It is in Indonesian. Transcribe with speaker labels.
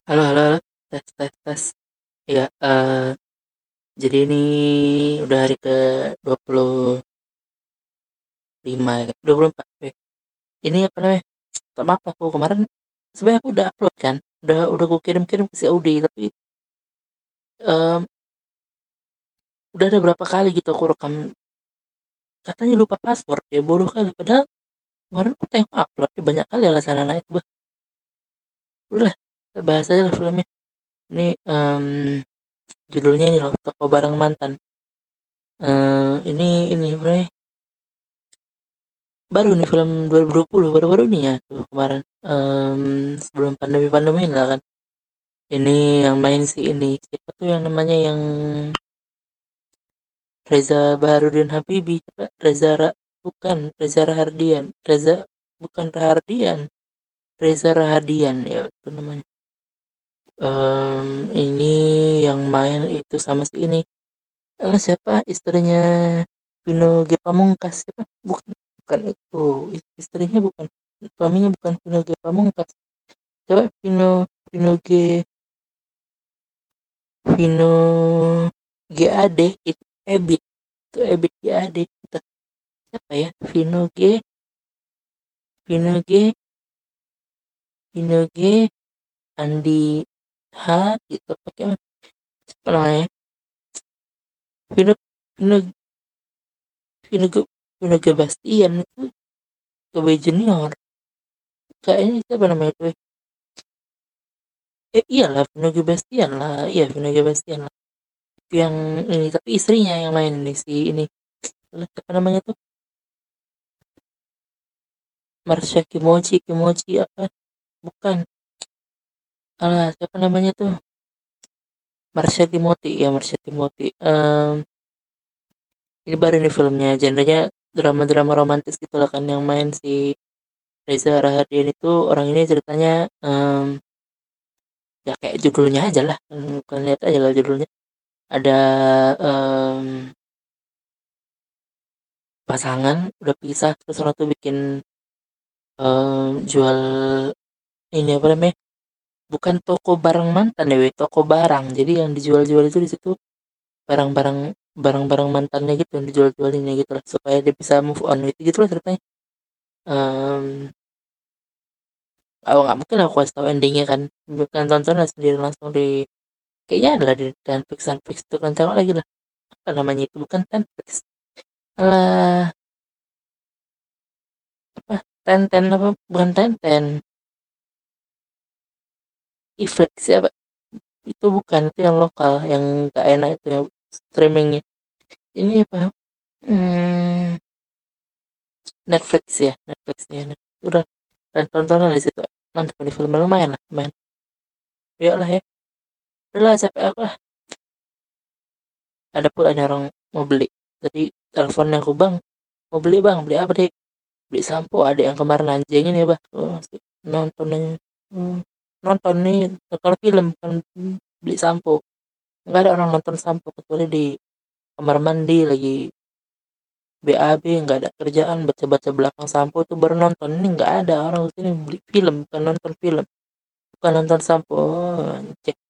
Speaker 1: Halo, halo, halo. Tes, tes, tes. Ya, jadi ini udah hari ke 25 ya, 24. Ini apa namanya? Maaf aku kemarin sebenarnya aku udah upload kan. Udah aku kirim-kirim ke si Audi, tapi em, udah ada berapa kali gitu aku rekam, katanya lupa password ya, bodoh kali. Padahal kemarin aku tengok upload ya, banyak kali alasan anak itu. Udah, kita bahas aja lah filmnya. Ini judulnya ini loh, Toko Barang Mantan. Ini sebenarnya baru nih, film 2020, baru-baru nih ya tuh kemarin, sebelum pandemi lah kan. Ini yang main si ini siapa tuh yang namanya, yang Reza Baharudin Habibie, siapa? Bukan Reza Rahardian, bukan Rahardian, Reza Rahadian ya itu namanya. Ini yang main itu sama si ini, siapa istrinya Vino G Pamungkas, siapa? Bukan itu, istrinya bukan, suaminya bukan Vino G Pamungkas. Coba Vino Vino GAD itu Ebit, itu Ebit GAD itu siapa ya? Vino G Vino G Andi H gitu pakai apa namanya? Vino Vino Vino G Vino G Bastian itu KB Junior, kayaknya siapa namanya itu? Iyalah Vino G Bastian lah, iya Vino G Bastian lah. Itu yang ini, tapi istrinya yang main ini si ini. Siapa namanya tuh? Marsha Kimochi apa? Bukan. Alah, siapa namanya tuh? Marsha Timothy, ya Marsha Timothy. Ini baru nih filmnya, genrenya drama-drama romantis gitu lah kan, yang main si Reza Rahadian itu. Orang ini ceritanya, ya kayak judulnya aja lah, bukan, lihat aja lah judulnya. Ada em, pasangan udah pisah, terus orang tuh bikin, jual ini apa namanya? Bukan toko barang mantan ya, toko barang. Jadi yang dijual-jual itu di situ barang-barang barang-barang mantannya gitu yang dijual-jualinnya gitu lah, supaya dia bisa move on gitu gitu lah ceritanya. Em, Oh, nggak mungkin aku kasih tahu endingnya kan, bukan, tonton lah sendiri langsung di, kayaknya adalah di Netflix itu kan, tengok lagi lah. Apa namanya itu, bukan Netflix, alah, apa, Tenten apa, bukan Tenten, Iflix siapa itu, bukan, itu yang lokal yang gak enak itu yang streamingnya. Ini apa, hmm, Netflix ya, Netflixnya udah, dan tontonan di situ, nonton di film lumayan lah, lumayan. Yuk lah ya, udah lah, capek aku lah. Ada pula ada orang mau beli, jadi teleponnya aku, bang mau beli, bang beli apa deh? Beli sampo, ada yang kemarin anjingin ya bah, oh, nonton aja. Hmm, nonton nih, nonton film kan, beli sampo. Nggak ada orang nonton sampo kecuali di kamar mandi lagi BAB, nggak ada kerjaan, baca-baca belakang sampo itu baru nonton. Ini nggak ada orang sini beli film, bukan nonton film, bukan nonton sampo. Oh, cek